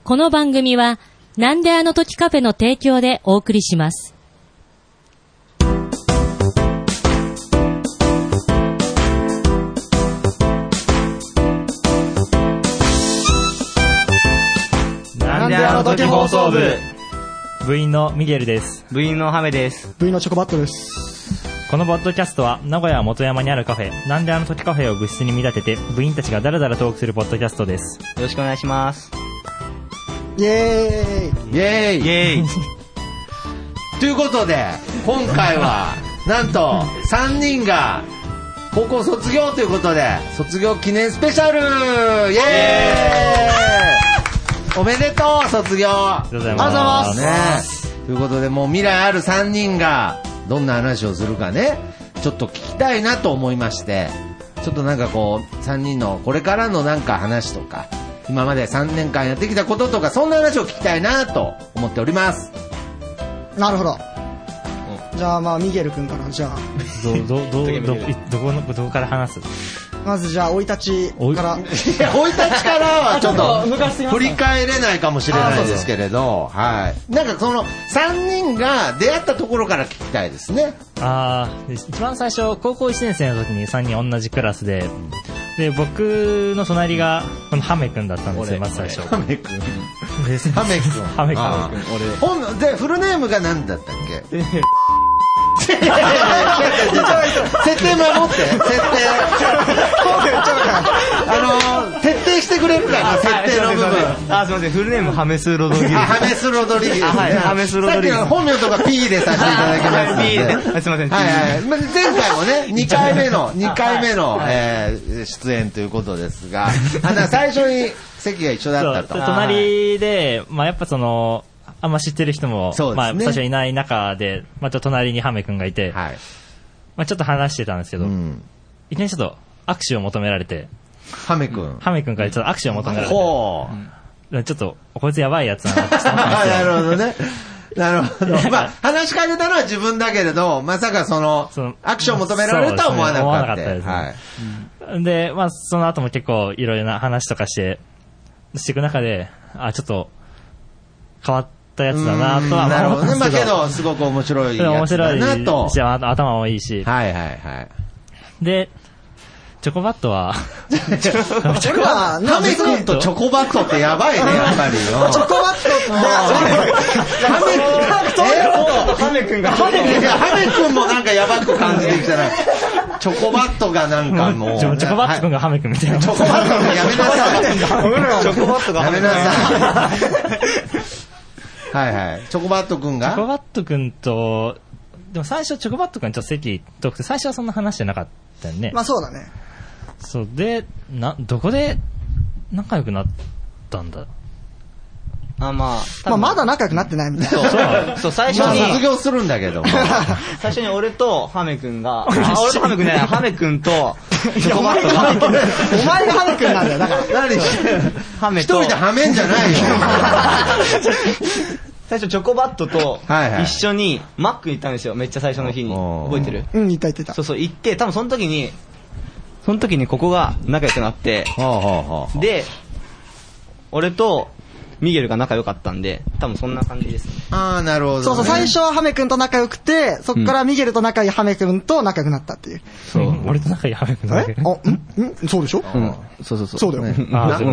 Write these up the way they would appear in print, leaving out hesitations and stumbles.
この番組はなんであの時カフェの提供でお送りします。 なんであの時放送部、 部員のミゲルです。 部員のハメです。 部員のチョコバットです。 このポッドキャストは名古屋元山にあるカフェなんであの時カフェを部室に見立てて部員たちがダラダラトークするポッドキャストです。 よろしくお願いします。 イエーイイエーイイエーイということで今回はなんと3人が高校卒業ということで卒業記念スペシャルイエーイおめでとう卒業ありがとうございます。 ね、ということでもう未来ある3人がどんな話をするかねちょっと聞きたいなと思いまして、ちょっとなんかこう3人のこれからのなんか話とか今まで3年間やってきたこととかそんな話を聞きたいなと思っております。 なるほど。じゃあまあミゲル君からじゃあどこから話す？ まずじゃあ生い立ちから生い立ちからはちょっと振り返れないかもしれないですけれど、はい。なんかその3人が出会ったところから聞きたいですね。 一番最初高校1年生の時に3人同じクラスで、僕の隣がこのハメ君だったんですよ。まず最初ハメ君でフルネームが何だったっけ？設定守って徹底してくれるから設定の部分。 すみません、フルネームハメスロドリゲス。 ハメスロドリゲス、ね、 はい、ハメスロドリゲス。 さっきの本名とか P でさせていただきますので、 はい、すみません。 はいはい、前回もね2回目の、出演ということですが、最初に席が一緒だったと。 隣で、やっぱそのあんま知ってる人も、 ね、 最初いない中で、ちょっと隣にハメ君がいて、 はい、 ちょっと話してたんですけど、いきなりちょっと握手を求められて、 ハメ君からちょっと握手を求められて、ちょっとこいつやばいやつだなって思ったんですよ。 なるほどね。なるほど。話しかけたのは自分だけれど、まさかその握手を求められるとは思わなかったですね。 はい。で、その後も結構いろいろな話とかしていく中で、ちょっと変わったやつだなとはなるほどね。けどすごく面白いやつだなと。 頭もいいし。 はいはいはい。 で、チョコバットはハメ君とチョコバットってやばいね、やっぱり。 チョコバットハメ君もなんかやばく感じてきたな。チョコバットがなんかもう。 チョコバット君がハメ君みたいな。 チョコバット君やめなさい。 チョコバットがやめなさい。はいはい。チョコバット君がチョコバット君と、でも最初チョコバット君と席遠くて最初はそんな話してなかったよね。 そうだね。 そうでどこで仲良くなったんだ。 まだ仲良くなってないみたいな。 そう最初に卒業するんだけども。 最初に俺とハメ君が、俺とハメ君ね、ハメ君とチョコバットが、 お前がハメ君なんだよ。だから何ハメと一人でハメんじゃないよ。 最初チョコバットと一緒にマックに行ったんですよ。めっちゃ最初の日に。覚えてる？ 行った。 そう行って多分その時にここが仲良くなって、で俺とミゲルが仲良かったんで多分そんな感じですね。 なるほど、ね。 そう最初はハメ君と仲良くて、そっからミゲルと仲いいハメ君と仲良くなったっていう。 俺と仲いいハメ君と仲良くなった。 そうでしょ？ そうそうだよ。 謎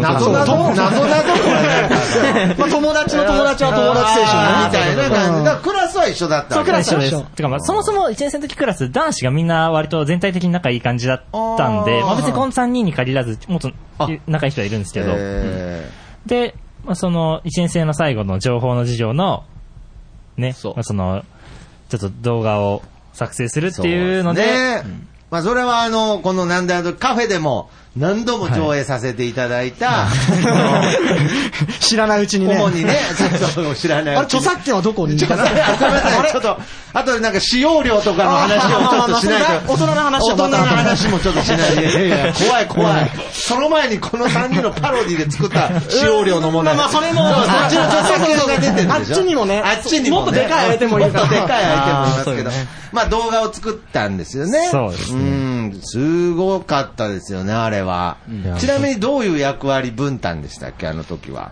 友達の友達は友達精神みたいな感じ。だからクラスは一緒だった。 そう、クラスは一緒。てかそもそも1年生の時クラス男子がみんな割と全体的に仲いい感じだったんで、別にこの3人に限らずもっと仲いい人はいるんですけど、でその1年生の最後の情報の授業のね、そのちょっと動画を作成するっていうので、 それはこのなんでカフェでも何度も上映させていただいた、 知らないうちにね。 主にね、知らないうちに。 著作権はどこに？ ごめんなさい、ちょっと、あとでなんか使用料とかの話をちょっとしないと。 大人の話もちょっとしないで。怖い。その前にこの3人のパロディで作った使用料のもの。 それも、 あっちの著作権が出てるでしょ。 あっちにもね、もっとでかいアイテムもいるから。 もっとでかいアイテムもいますけど。動画を作ったんですよね。 そうですね。 すごかったですよね、あれは。ちなみにどういう役割分担でしたっけ、あの時は。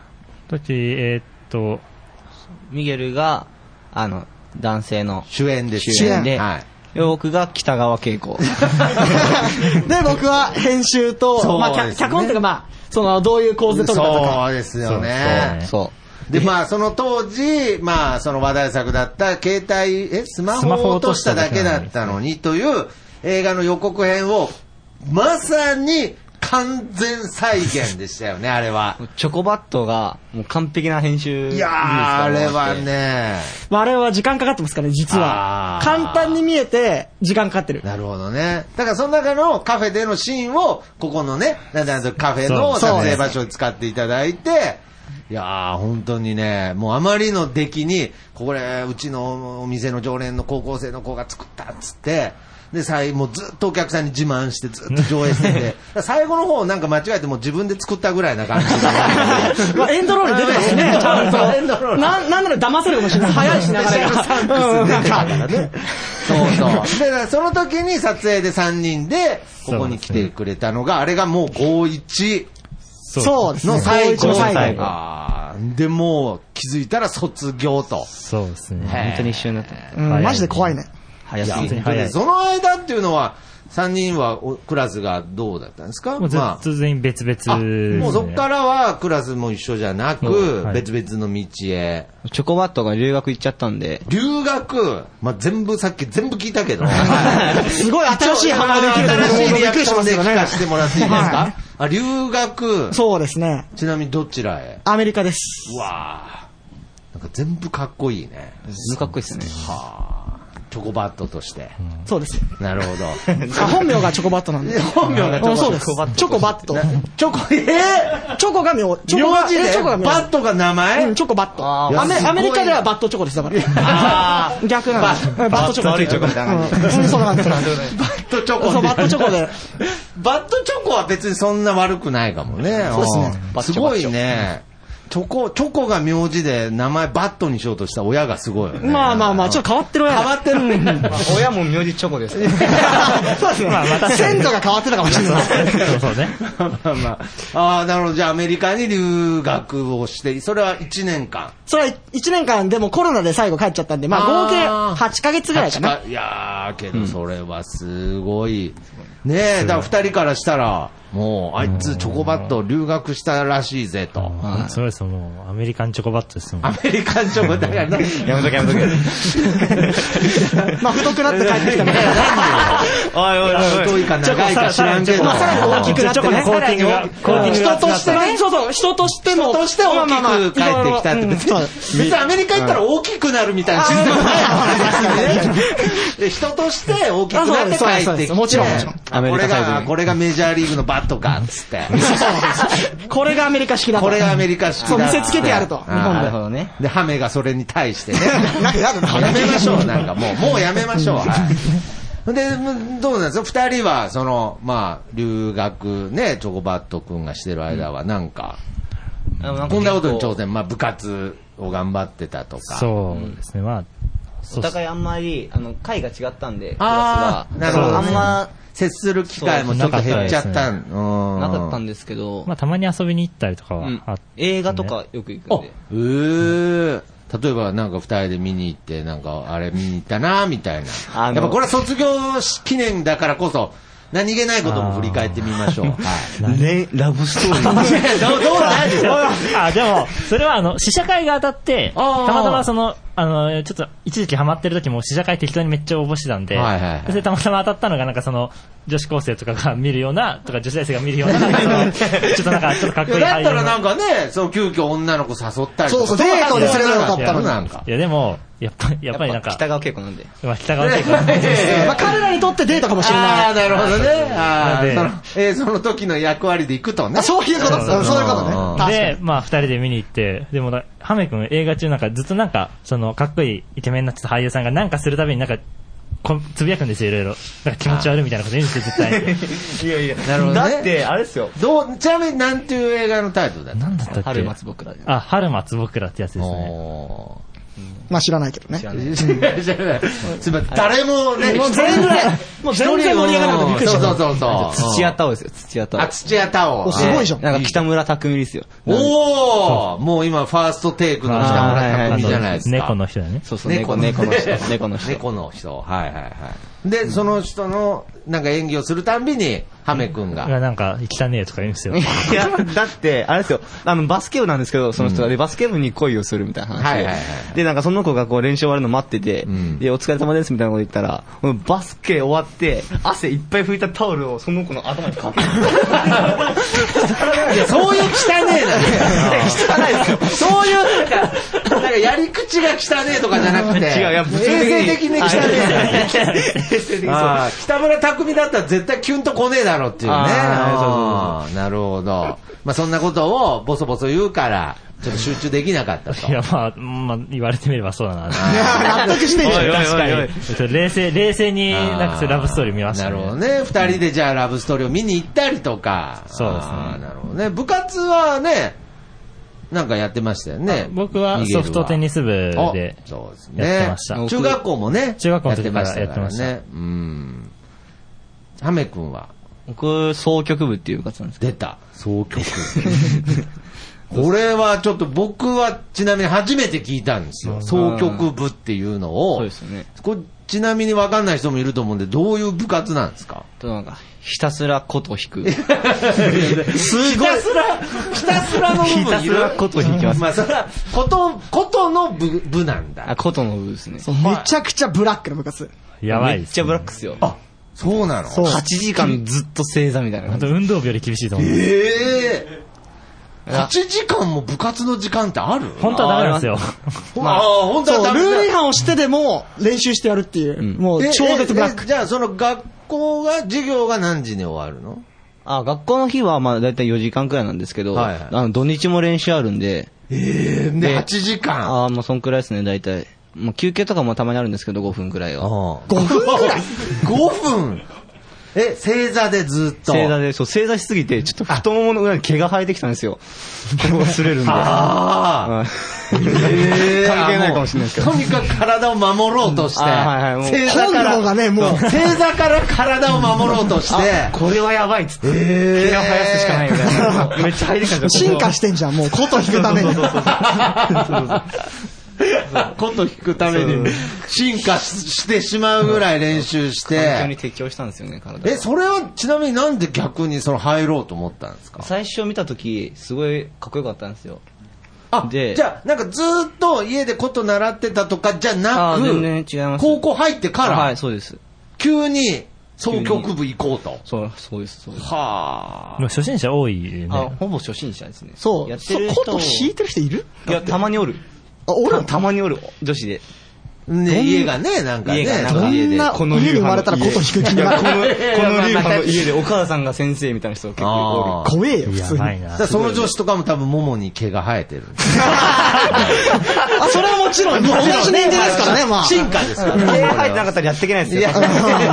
ミゲルが、男性の主演です。 主演で、 はい。 僕が北川景子。 で、僕は編集と、まあ、脚本というか、まあ、どういう構図で撮るかとか。 そうですよね。 そう。 で、まあ、その当時、まあ、その話題作だった携帯、スマホを落としただけだったのにという映画の予告編を、まさに完全再現でしたよね、あれは。 チョコバットが、もう完璧な編集。 いやー、あれはね。 まあ、あれは時間かかってますからね、実は。簡単に見えて、時間かかってる。 なるほどね。だからその中のカフェでのシーンを、ここのね、カフェの撮影場所を使っていただいて、いやー、本当にね、もうあまりの出来に、これ、うちのお店の常連の高校生の子が作ったっつって、で、もうずっとお客さんに自慢してずっと上映してて、最後の方なんか間違えてもう自分で作ったぐらいな感じで。 まあ、エンドロール出てますね、ちゃんと。エンドロール。なんなら騙せるかもしれない。早いしながら。 そうそう。で、その時に撮影で3人で、ここに来てくれたのが、あれがもう51。 そうですね。 の最後。 最後。 で、もう気づいたら卒業と。 そうですね。 本当に一瞬だった。 マジで怖いね。 早すぎて。その間っていうのは、3人はクラスがどうだったんですか？ もうずっと全員別々。 もうそっからはクラスも一緒じゃなく、別々の道へ。 チョコバットが留学行っちゃったんで。 留学まあ、さっき全部聞いたけど。 すごい新しい反応できる新しいリアクションで聞かせてもらっていいですか？あ、留学。 そうですね。 ちなみにどちらへ？ アメリカです。 うわぁ。なんか全部かっこいいね。 全部かっこいいですね。 はぁ。チョコバットとして。 そうです。 なるほど。 本名がチョコバットなんで。 本名がチョコバット。 そうです。チョコバット。 チョコが名字でバットが名前？ チョコバット。アメリカではバットチョコですだから。逆なんです。バットチョコ。 悪いチョコみたいな感じ。そうなんです。 バットチョコ。 そう、バットチョコで。 バットチョコは別にそんな悪くないかもね。 そうですね。 すごいね。チョコが名字で名前バットにしようとした親がすごいよね。 まあ、ちょっと変わってる親。 変わってる。 親も名字チョコです。そうですね。先祖が変わってたかもしれない。 そうね。 なるほど。じゃあアメリカに留学をして、それは1年間。 それは1年間でもコロナで最後帰っちゃったんで、まあ合計8ヶ月ぐらいかな。 いやー、けどそれはすごい。ねえ、だから2人からしたら、もう、あいつチョコバット留学したらしいぜと。 そうです、もう、アメリカンチョコバットですもん。 アメリカンチョコだからね。 やめとけ。 まあ、太くなって帰ってきたみたいな。 おい、太いか長いか知らんけど。 さらに大きくなってね。 コーティングが。 人としてね。そう、人としても。 人として大きく帰ってきたって別にアメリカ行ったら大きくなるみたいなシステムない。人として大きくなって帰ってきて。 もちろん。 これがメジャーリーグのバットか、つって。 これがアメリカ式だと。 これがアメリカ式だ。 そう、見せつけてやると。日本で。 なるほどね。 で、ハメがそれに対してね。やめましょう、なんかもうやめましょう。はい。で、どうなんですか二人は、まあ、留学ね、チョコバット君がしてる間は、なんか、こんなことに挑戦、まあ、部活を頑張ってたとか。 そうですね、まあ。 お互いあんまり、会が違ったんで、クラスが。なるほど。 あんま、 接する機会もちょっと減っちゃった。 なかったんですけど。 まあ、たまに遊びに行ったりとかはあって。 映画とかよく行くんで。 例えばなんか二人で見に行って、なんかあれ見に行ったなみたいな。やっぱこれは卒業記念だからこそ、何気ないことも振り返ってみましょう。 ラブストーリー。 どうなんですか？ でも、それは試写会が当たって、たまたまちょっと一時期ハマってる時も試写会適当にめっちゃ応募してたんで、それでたまたま当たったのがなんか女子高生とかが見るような、とか女子大生が見るような、ちょっとかっこいい。 だったらなんかね、急遽女の子誘ったりとか。 そう、デートにすればよかったのなんか。 いやでも、やっぱりなんか。 北川景子なんで。 北川景子なんで。 まあ彼らにとってデートかもしれない。 なるほどね。その時の役割で行くとね。 そういうことね。 で、まあ二人で見に行って、でも、ハメ君映画中なんかずっとなんか、かっこいいイケメンになってた俳優さんがなんかするたびになんか、つぶやくんですよ、いろいろ。なんか気持ち悪いみたいなこと言うんですよ、絶対。 いや。 なるほどね。 だって、あれですよ。 ちなみになんていう映画のタイトルだったなんだったっけ？ 春松僕ら。 春松僕らってやつですね。 まあ知らないけどね。 知らない。 つまり誰もね、 もう全然、もう全然盛り上がらなくてびっくりした。 そう。 土屋太鳳ですよ、土屋太鳳。 土屋太鳳。 すごいじゃん。 なんか北村匠海ですよ。 おー、もう今ファーストテイクの北村匠海じゃないですか。 猫の人だね。 そうそう、猫の人。猫の人。 猫の人。はいはいはい。で、その人の、なんか演技をするたんびに、ハメ君が。 なんか、汚ねえとか言うんですよ。 いや、だって、あれですよ、バスケ部なんですけど、その人で、バスケ部に恋をするみたいな話で。で、なんかその子がこう練習終わるの待ってて、で、お疲れ様ですみたいなこと言ったら、バスケ終わって、汗いっぱい拭いたタオルをその子の頭にかける。いや、そういう汚ねえな。 汚いですよ。 そういう、なんかやり口が汚ねえとかじゃなくて、 違う、いや、 衛生的に汚ねえ。北村匠海だったら絶対キュンとこねえだろっていうね。なるほど。まあそんなことをボソボソ言うから、ちょっと集中できなかったと。 いや、まあ、言われてみればそうだな。 納得してんじゃん。 確かに。冷静になんかそういうラブストーリー見ましたね。 なるほどね。二人でじゃあラブストーリーを見に行ったりとか。 そうですね。 なるほどね。部活はね、なんかやってましたよね。 僕はソフトテニス部でそうですやってました。 中学校もね、 中学校の時からやってましたね。ハメ君は僕、総曲部っていう部活なんですけど。 出た。総曲部。これはちょっと僕はちなみに初めて聞いたんですよ。総曲部っていうのを。 そうですね。 ちなみに分かんない人もいると思うんで、どういう部活なんですか？ なんか、ひたすら琴を弾く。 すごい。ひたすらの部分。 ひたすら琴弾きます。 まあ、それは、琴の部なんだ。 琴の部ですね。 めちゃくちゃブラックな部活。 やばい。 めっちゃブラックっすよ。 あ、そうなの ？8時間ずっと正座みたいな。 運動部より厳しいと思う。 8時間も部活の時間ってある？ 本当はダメなんですよ。 本当はダメ。 ルール違反をしてでも練習してやるっていう。もう超絶ブラック。 じゃあその学校が、授業が何時に終わるの？ 学校の日はまあだいたい4時間くらいなんですけど、土日も練習あるんで。 で、8時間。 もうそんくらいですね、だいたい。休憩とかもたまにあるんですけど、5分くらいは。 5分くらい ?5 分正座でずっと。 正座で、そう、正座しすぎて、ちょっと太ももの裏に毛が生えてきたんですよ。ここが擦れるんで。関係ないかもしれないですけど。 とにかく体を守ろうとして。 正座から、 正座から体を守ろうとして。 これはやばいっつって。毛が生やすしかないみたいな。めっちゃ生えてきたんですよ。 進化してんじゃん、もう、琴弾くために。 琴弾くために進化してしまうぐらい練習して。 環境に適応したんですよね、体。 それはちなみになんで逆に入ろうと思ったんですか？ 最初見たとき、すごいかっこよかったんですよ。 じゃあ、なんかずーっと家で琴習ってたとかじゃなく、 全然違います。 高校入ってから、 はい、そうです。 急に総曲部行こうと。 そうです。 はぁ。初心者多いね。 ほぼ初心者ですね。 そう。琴弾いてる人いる？ いや、たまにおる。たまにおる、女子で。 家がね、なんかね。 どんな家に生まれたら琴弾く気になる。 この流派の家でお母さんが先生みたいな人が結構怖えよ、普通に。 その女子とかも多分ももに毛が生えてる。 それはもちろん、同じ年齢ですからね、まあ。 進化ですからね。 毛生えてなかったらやっていけないですよ。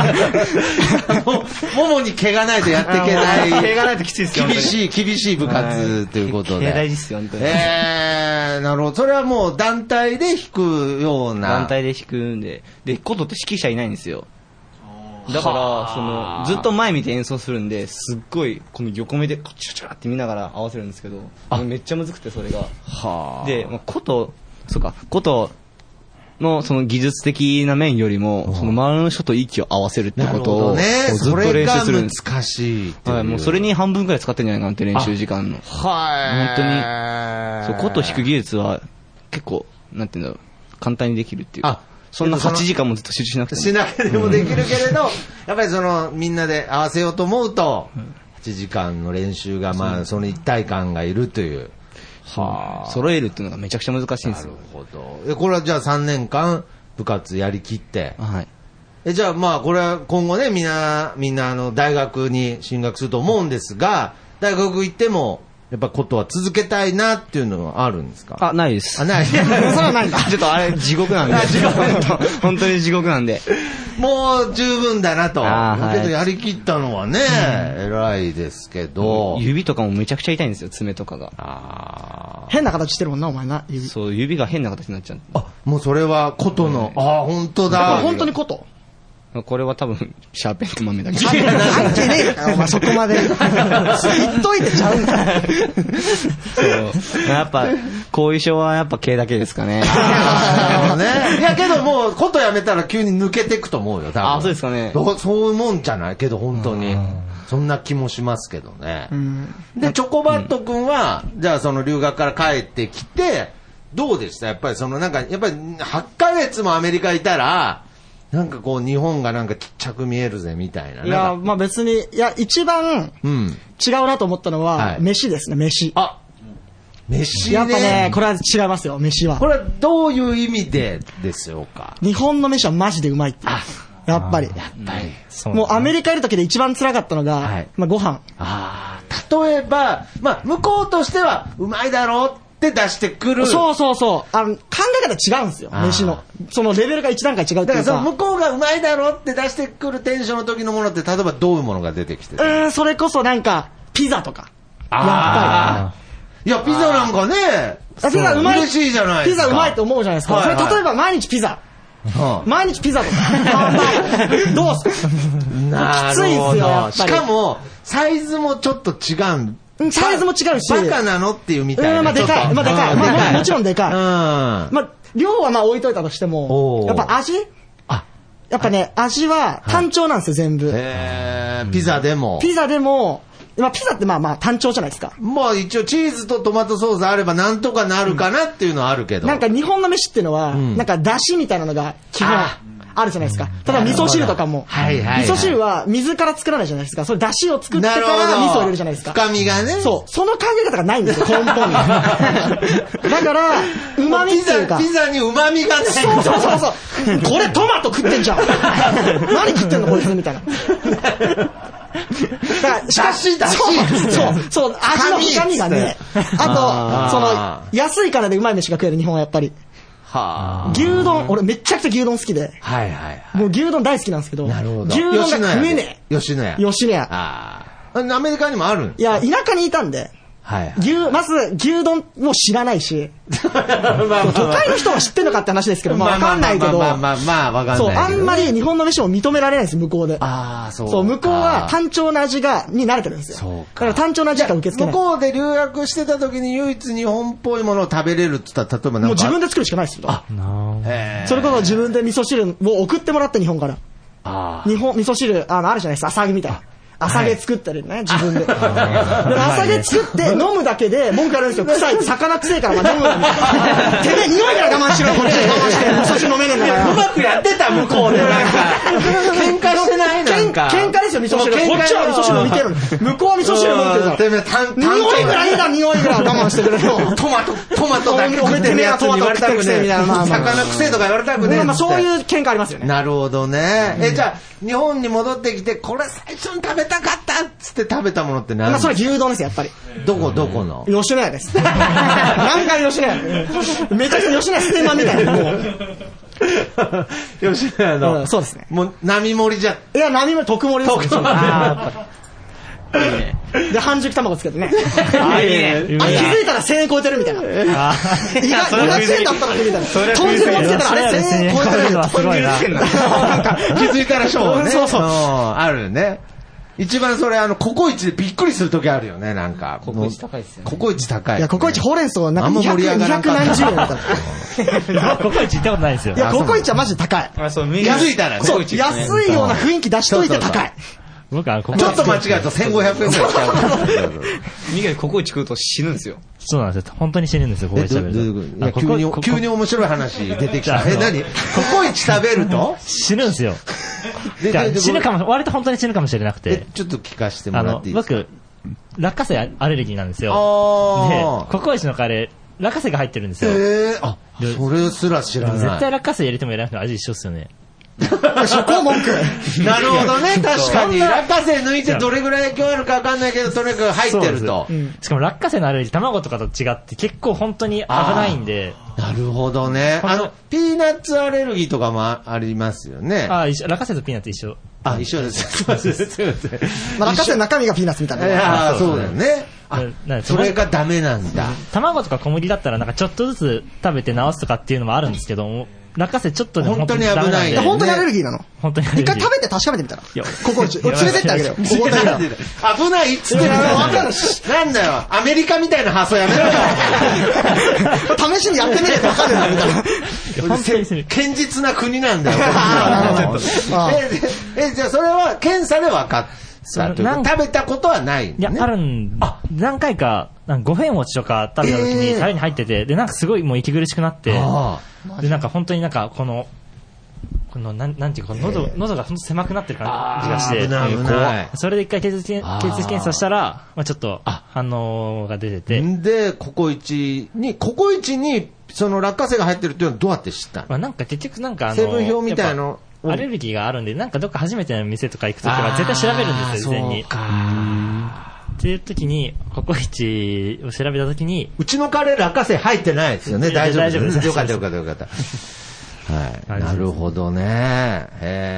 ももに毛がないとやっていけない。 毛がないときついですよ。 厳しい部活ということで。 毛大事ですよ、本当に。 なるほど。それはもう団体で弾くような。 団体で弾くんで、琴って指揮者いないんですよ。だから、ずっと前見て演奏するんで、すっごい、この横目で、チャチャって見ながら合わせるんですけど、めっちゃむずくて、それが。で、琴のその技術的な面よりも、その周りの人と息を合わせるってことを、ずっと練習するんです。 難しい。 はい、もうそれに半分くらい使ってんじゃないかなって練習時間の。本当に、琴弾く技術は、結構、なんていうんだろう、簡単にできるっていうか。そんな8時間もずっと集中しなくても。 しなくてもできるけれど、やっぱりみんなで合わせようと思うと、8時間の練習が、まあ、その一体感がいるという。 揃えるっていうのがめちゃくちゃ難しいんですよ。 なるほど。これはじゃあ3年間部活やりきって。 はい。 じゃあまあ、これは今後ね、みんな大学に進学すると思うんですが、大学行っても、やっぱことは続けたいなっていうのはあるんですか？ ないです。 ない。それはないんだ。 ちょっとあれ地獄なんで。本当に地獄なんで。 もう十分だなと。けどやりきったのはね、偉いですけど。 指とかもめちゃくちゃ痛いんですよ、爪とかが。 変な形してるもんな、お前な。 そう、指が変な形になっちゃう。 もうそれは琴の、ああ、本当だ。 本当に琴。 これは多分、シャーペンと豆だけ。 関係ねえから、お前そこまで。言っといてちゃうんだ。 そう。やっぱ、後遺症はやっぱ毛だけですかね。 なるほどね。いやけどもう、琴やめたら急に抜けていくと思うよ、多分。 あ、そうですかね。 そういうもんじゃないけど、本当に。そんな気もしますけどね。で、チョコバット君は、じゃあその留学から帰ってきて、どうでした？やっぱりそのなんか、やっぱり8ヶ月もアメリカいたら、なんかこう日本がなんかちっちゃく見えるぜみたいな。 いや、まあ別に、いや、一番違うなと思ったのは、飯ですね、飯。 あ、飯ね。 やっぱね、これは違いますよ、飯は。 これはどういう意味でですよか？ 日本の飯はマジでうまいって。やっぱり。もうアメリカいる時で一番辛かったのが、まあご飯。 例えば、まあ向こうとしてはうまいだろうって出してくる。 そう。考え方違うんですよ、飯の。そのレベルが一段階違うっていうか。 だからその向こうがうまいだろうって出してくるテンションの時のものって、例えばどういうものが出てきてる？ それこそなんか、ピザとか。やっぱり。いや、ピザなんかね、 ピザうまい。 嬉しいじゃないですか。 ピザうまいって思うじゃないですか。それ例えば毎日ピザ。毎日ピザとか。どうすか？ なるほど。しかも、サイズもちょっと違う。 サイズも違うし。 バカなのっていうみたいな。 まあでかい。まあでかい。まあもちろんでかい。まあ、量はまあ置いといたとしても、やっぱ味？やっぱね、味は単調なんですよ、全部。 ピザでも。 まあピザってまあ単調じゃないですか。 まあ一応チーズとトマトソースあればなんとかなるかなっていうのはあるけど。 なんか日本の飯っていうのは、なんか出汁みたいなのが基本あるじゃないですか。ただ味噌汁とかも。味噌汁は水から作らないじゃないですか。それ出汁を作ってから味噌を入れるじゃないですか。 深みがね。 そう。その考え方がないんですよ、根本に。だから、旨味っていうか。 ピザに旨味がない。 そう。これトマト食ってんじゃん。何食ってんのこいつみたいな。 だしそう、味の深みがね。あと、その、安い金でうまい飯が食える日本はやっぱり。牛丼、俺めちゃくちゃ牛丼好きで。もう牛丼大好きなんですけど。牛丼が食えねえ。吉野家。 アメリカにもあるんですか？ いや、田舎にいたんで。まず牛丼も知らないし、都会の人は知ってんのかって話ですけど、まあわかんないけど、 わかんない。 そう、あんまり日本の飯も認められないんです、向こうで。そう、向こうは単調な味に慣れてるんですよ。だから単調な味しか受け付けない。 向こうで留学してた時に唯一日本っぽいものを食べれるって言ったら、例えばもう自分で作るしかないですよ。それこそ自分で味噌汁を送ってもらって日本から。味噌汁、あるじゃないですか、浅揚げみたいな。朝毛作ったりね、自分で。朝毛作って飲むだけで文句あるんですよ。臭い、魚臭いから飲むなみたいな。てめえ匂いから我慢しろ、こっちで我慢して。味噌汁飲めねえんだから。 うまくやってた、向こうで。なんか、喧嘩してないなんか。 喧嘩ですよ、味噌汁。こっちは味噌汁飲みてるの。向こうは味噌汁飲んでるから。匂いぐらいいいな、匂いぐらい我慢してくれよ。 トマトだけ食ってるやつに言われたくねえ。魚臭いとか言われたくねえ。 まあそういう喧嘩ありますよね。 なるほどね。じゃあ、日本に戻ってきて、これ最初に食べたかったっつって食べたものって何？ まあそれ牛丼ですよ、やっぱり。 どこの？ 吉野家です。何回吉野家。めちゃくちゃ吉野家ステマみたいな。もう。 吉野家の。 そうですね。 もう並盛りじゃ。 いや、並盛り、特盛りですよ。で、半熟卵つけてね。気づいたら1000円超えてるみたいな。意外500円だったらみたいな。豚汁もつけたらあれ1000円超えてるみたいな。 気づいたら賞ね。そう。あるね。一番それココイチでびっくりするときあるよね、なんか。 ココイチ高いっすよね。 ココイチ高い。 いや、ココイチほうれん草なんか200何十円だったら。ココイチ行ったことないですよ。 いや、ココイチはマジで高い。 気づいたらね。 そう、安いような雰囲気出しといて高い。 僕はちょっと間違えると1500円ぐらいしちゃう。 ミゲルココイチ食うと死ぬんですよ。 そうなんですよ。本当に死ぬんですよ、ココイチ食べると。急に面白い話出てきた。何？ココイチ食べると死ぬんですよ。死ぬかも、割と本当に死ぬかもしれなくて。 ちょっそ聞かせてもらっていいですか？ 僕、落花生アレルギーなんですよ。で、ココイチのカレー、落花生が入ってるんですよ。 それすら知らない。 絶対落花生入れても入れなくても味一緒っすよね。 そこ文句。 なるほどね、確かに。落花生抜いてどれぐらい影響あるか分かんないけど、とにかく入ってると。 しかも落花生のアレルギー、卵とかと違って結構本当に危ないんで。 なるほどね。ピーナッツアレルギーとかもありますよね。 落花生とピーナッツ一緒。 あ、一緒です。すいません。すいません。 まあ、落花生の中身がピーナッツみたいな。 いやそうだよね。それがダメなんだ。 卵とか小麦だったらなんかちょっとずつ食べて治すとかっていうのもあるんですけども、落花生ちょっとでも本当に危ない。 本当にアレルギーなの。 本当にアレルギー。 一回食べて確かめてみたら。ココイチ。連れてってあげるよ。ここだよ。 危ないっつってる。なんだよ。アメリカみたいな発想やめろよ。 試しにやってみれば分かるんだみたいな。 本当に堅実な国なんだよ。じゃあそれは検査で分かった。食べたことはない。 いや、あるん、何回か、5片餅とか食べた時にタレに入ってて、で、なんかすごいもう息苦しくなって、で、なんか本当になんかこの、なんていうか、喉が本当狭くなってる感じがして、それで一回血液検査したら、まあちょっと反応が出てて。 で、ココイチに、その落花生が入ってるっていうのはどうやって知ったの？ まあなんか結局なんか成分表みたいな。 アレルギーがあるんで、なんかどっか初めての店とか行くときは絶対調べるんですよ、事前に。っていう時に、ココイチを調べた時に、 うちのカレー落花生入ってないですよね。大丈夫です。よかったよかったよかった。はい。なるほどね。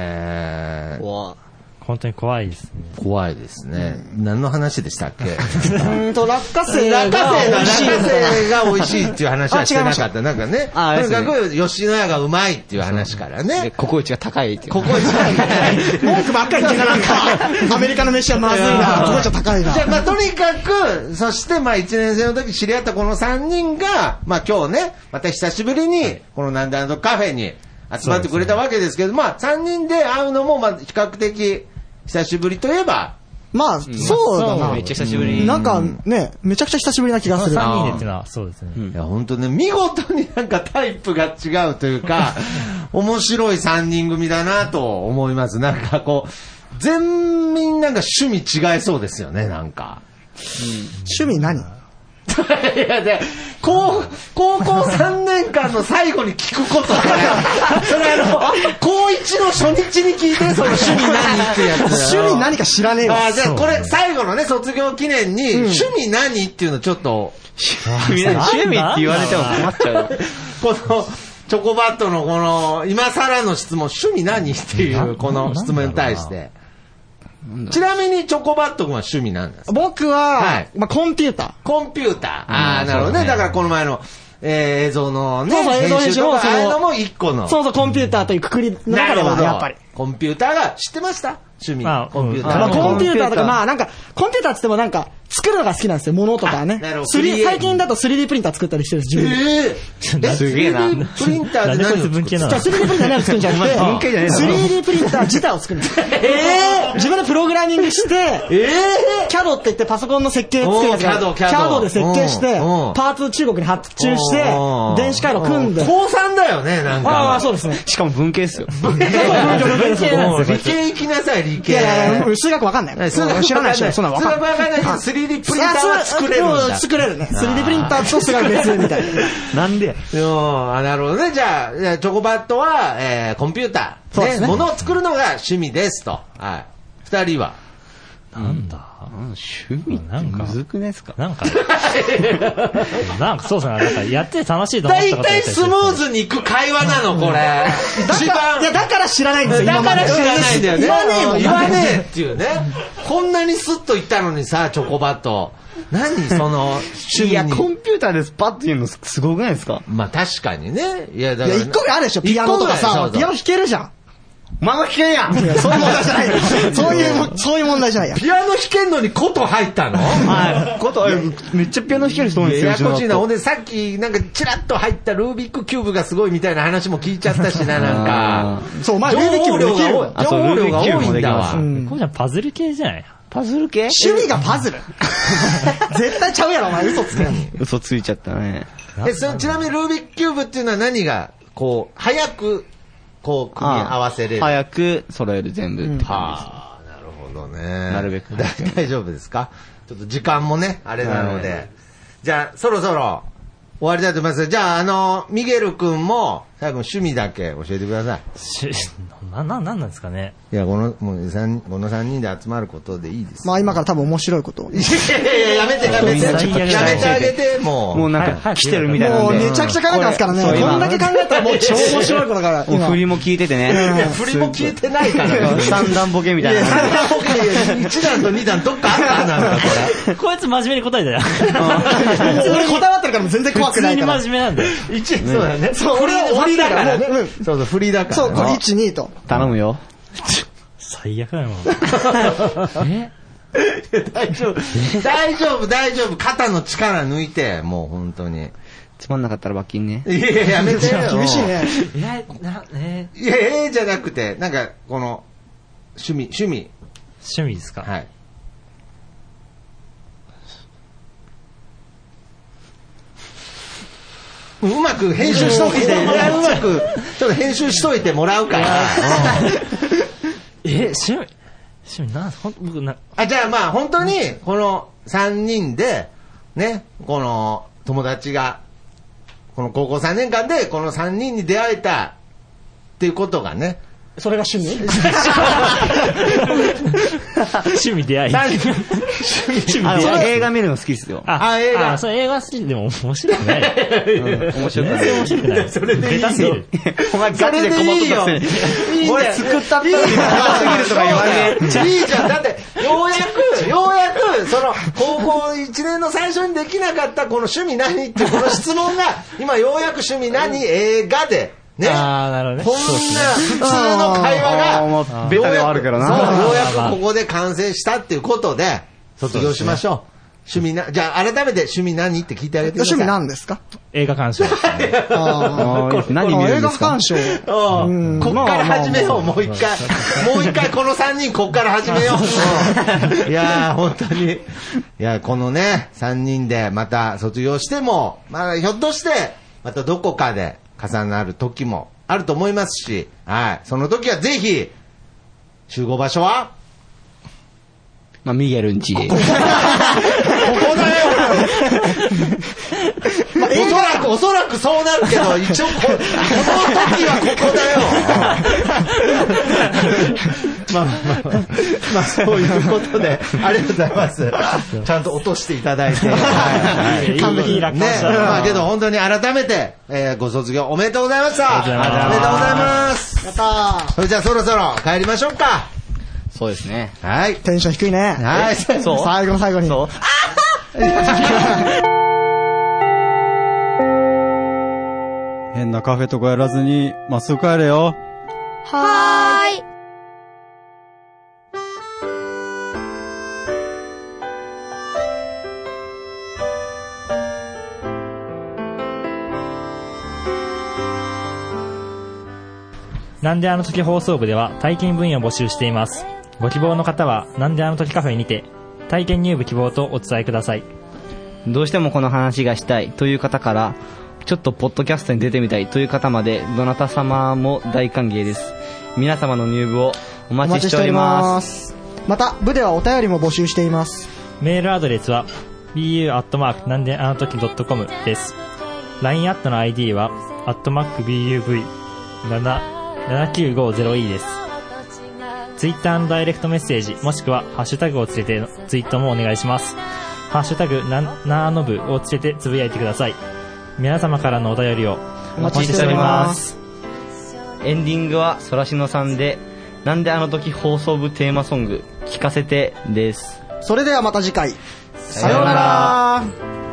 本当に怖いですね。 怖いですね。何の話でしたっけ？ 落花生が美味しいっていう話はしてなかった。なんかね。とにかく吉野家がうまいっていう話からね。 ココイチが高いっていう。 ココイチが高い。 文句ばっかり言ってなんか、アメリカの飯はまずいな、ココイチは高いな。 じゃあまあとにかく、そしてまあ1年生の時知り合ったこの3人が、まあ今日ね、また久しぶりに、このなんだのカフェに集まってくれたわけですけど、まあ3人で会うのもまあ比較的、久しぶりといえば、 まあ、そうだな。 めっちゃ久しぶり。 なんかね、めちゃくちゃ久しぶりな気がする。 3人でっていうのは、そうですね。 いや、本当ね、見事になんかタイプが違うというか、面白い3人組だなと思います。なんかこう、全員なんか趣味違いそうですよね、なんか。 趣味何？ いやで高校3年間の最後に聞くことね。それ高1の初日に聞いて、その趣味何ってやつ。 趣味何か知らねえわ。 じゃあこれ最後のね、卒業記念に、趣味何っていうのちょっと。 趣味って言われても困っちゃう。 この、チョコバットのこの、今更の質問、趣味何っていうこの質問に対して。ちなみにチョコバット君は趣味なんですか？ 僕は、まあコンピューター。 コンピューター。ああ、なるほどね。だからこの前の、映像のね、 映像編集とか、 ああいうのも一個の。 そうそう、コンピューターというくくりの中では、やっぱり。 コンピューターが知ってました？趣味。コンピューター。 まあコンピューターとか、まあなんか、コンピューターって言ってもなんか、作るのが好きなんですよ、物とかね。最近だと 3D プリンター作ったりしてるんです、 自分で。すげえな。 3D プリンターって何を作るんですか？ 3D プリンター何を作るんじゃなくて、3D プリンター自体を作るんです。自分でプログラミングして、CAD って言ってパソコンの設計作るやつが CAD で設計して、パーツ中国に発注して、電子回路組んで。 高3だよね、なんか。 ああ、そうですね。 しかも文系ですよ。 理系行きなさい、理系。 いやいや、数学わかんない。知らないし、そんなわかんない。 数学わかんないけど、3D プリンターは作れるんだ。 作れるね。3D プリンターと数学別みたいな。 なんでなるほどね。じゃあ、チョコバットは、コンピューター。そうですね。物を作るのが趣味ですと。はい。二人は。 なんだ趣味ってむずくないですか？ なんかそうですね。なんかやって楽しいと思ったこと大体スムーズにいく会話なの、これ。 だから知らないんですよ。 だから知らないんだよね。言わねええっていうね。こんなにスッと言ったのにさ、チョコバット。何その趣味に。 いや、コンピューターでスパッと言うのすごくないですか？ まあ確かにね。いや、 だから。一個目あるでしょ、ピアノとかさ。ピアノ弾けるじゃん。 まだ弾けんやん。 そういう問題じゃないよ。そういう問題じゃないや。 ピアノ弾けんのに琴入ったの？ はい。琴、めっちゃピアノ弾ける人多いんですよ。 ややこしいな。ほんでさっきなんかチラッと入ったルービックキューブがすごいみたいな話も聞いちゃったしな、なんか。 そう、お前ルービックキューブできる。 情報量が多いんだわ。 これじゃパズル系じゃない？ パズル系？ 趣味がパズル絶対ちゃうやろ、お前。嘘つくやん。 嘘ついちゃったね。 ちなみにルービックキューブっていうのは何が、こう、早く、こう、組み合わせれる。 早く揃える、全部って感じです。 はあ、なるほどね。 なるべく。 大丈夫ですか？ちょっと時間もね、あれなので。じゃあ、そろそろ終わりたいと思います。じゃあ、ミゲル君も、 最後趣味だけ教えてください。 なんですかね。 いや、この3人で集まることでいいです。 まあ今から多分面白いこと。 いや、やめてあげて、もう。 もうなんか来てるみたいなんで。 もうめちゃくちゃ考えてますからね。こんだけ考えたらもう超面白いことだから。 もう振りも聞いててね。 振りも聞いてないから。 3段ボケみたいな。 1段と2段どっかあったなんかこれ。 こいつ真面目に答えたよ。 俺こだわってるから全然怖くないから。 普通に真面目なんだよ。 そうだね。そう、俺は振りだからね。そう、振りだから。 そう、これ1、2と。 頼むよ。 最悪だよ。 大丈夫。肩の力抜いて、もう本当に。 つまんなかったら罰金ね。 いや、やめてよ。 厳しいね。 いや、じゃなくて、なんか、この、趣味ですか？ はい。うまく編集しといて、ちょっと編集しといてもらうから。 趣味じゃあまあ本当に、この3人で、ね、この友達が、この高校3年間でこの3人に出会えたっていうことがね、 それが趣味趣味出会い。 映画見るの好きですよ。 映画。 それ映画好きでも面白くない。 面白くない。 面白くない。 それでいいよ。 お前ガチで困っとったせい。俺作ったって長すぎるとか言わねえ。 いいじゃん。だって、ようやく、その、高校1年の最初にできなかったこの趣味何っていうこの質問が、今ようやく趣味何映画で、ね。 なるほどね。 こんな普通の会話が、 ベタではあるからな。 そう、ようやくここで完成したっていうことで、卒業しましょう。趣味じゃあ改めて趣味何って聞いてあげてください。 趣味何ですか？ 映画鑑賞。 何見るんですか？ 映画鑑賞。 こっから始めよう、もう一回この3人こっから始めよう。いやー、本当に。いや、このね、3人でまた卒業しても、まあ、ひょっとして、またどこかで重なる時もあると思いますし、はい。その時はぜひ、集合場所はまあ、ミゲルんち。ここだよおそらくそうなるけど、一応この時はここだよ。まあ、そういうことで、ありがとうございます。ちゃんと落としていただいて。 完璧に楽しね。まあ、けど本当に改めて、ご卒業おめでとうございました。おめでとうございます。 やったー。 それじゃあそろそろ帰りましょうか。 そうですね。 はい。 テンション低いね。 はい。 そう。 最後に。 そう。 変なカフェとかやらずに、まっすぐ帰れよ。 はーい。 なんであの時放送部では体験分野を募集しています。ご希望の方はなんであの時カフェにて体験入部希望とお伝えください。 どうしてもこの話がしたいという方から、ちょっとポッドキャストに出てみたいという方まで、どなた様も大歓迎です。皆様の入部をお待ちしております。 また部ではお便りも募集しています。 メールアドレスは bu@ なんであの時 .com です。 LINE アットの ID は@buv7950e です。ツイッターのダイレクトメッセージもしくはハッシュタグをつけてツイートもお願いします。ハッシュタグなーのぶをつけてつぶやいてください。皆様からのお便りをお待ちしております。 エンディングはそらしのさんでなんであの時放送部テーマソング聞かせてです。 それではまた次回、さようなら。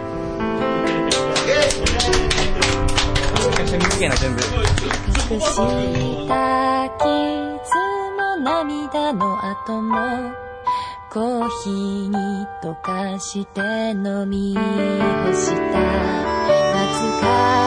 隠した傷も涙の後もコーヒーに溶かして飲み干したわずか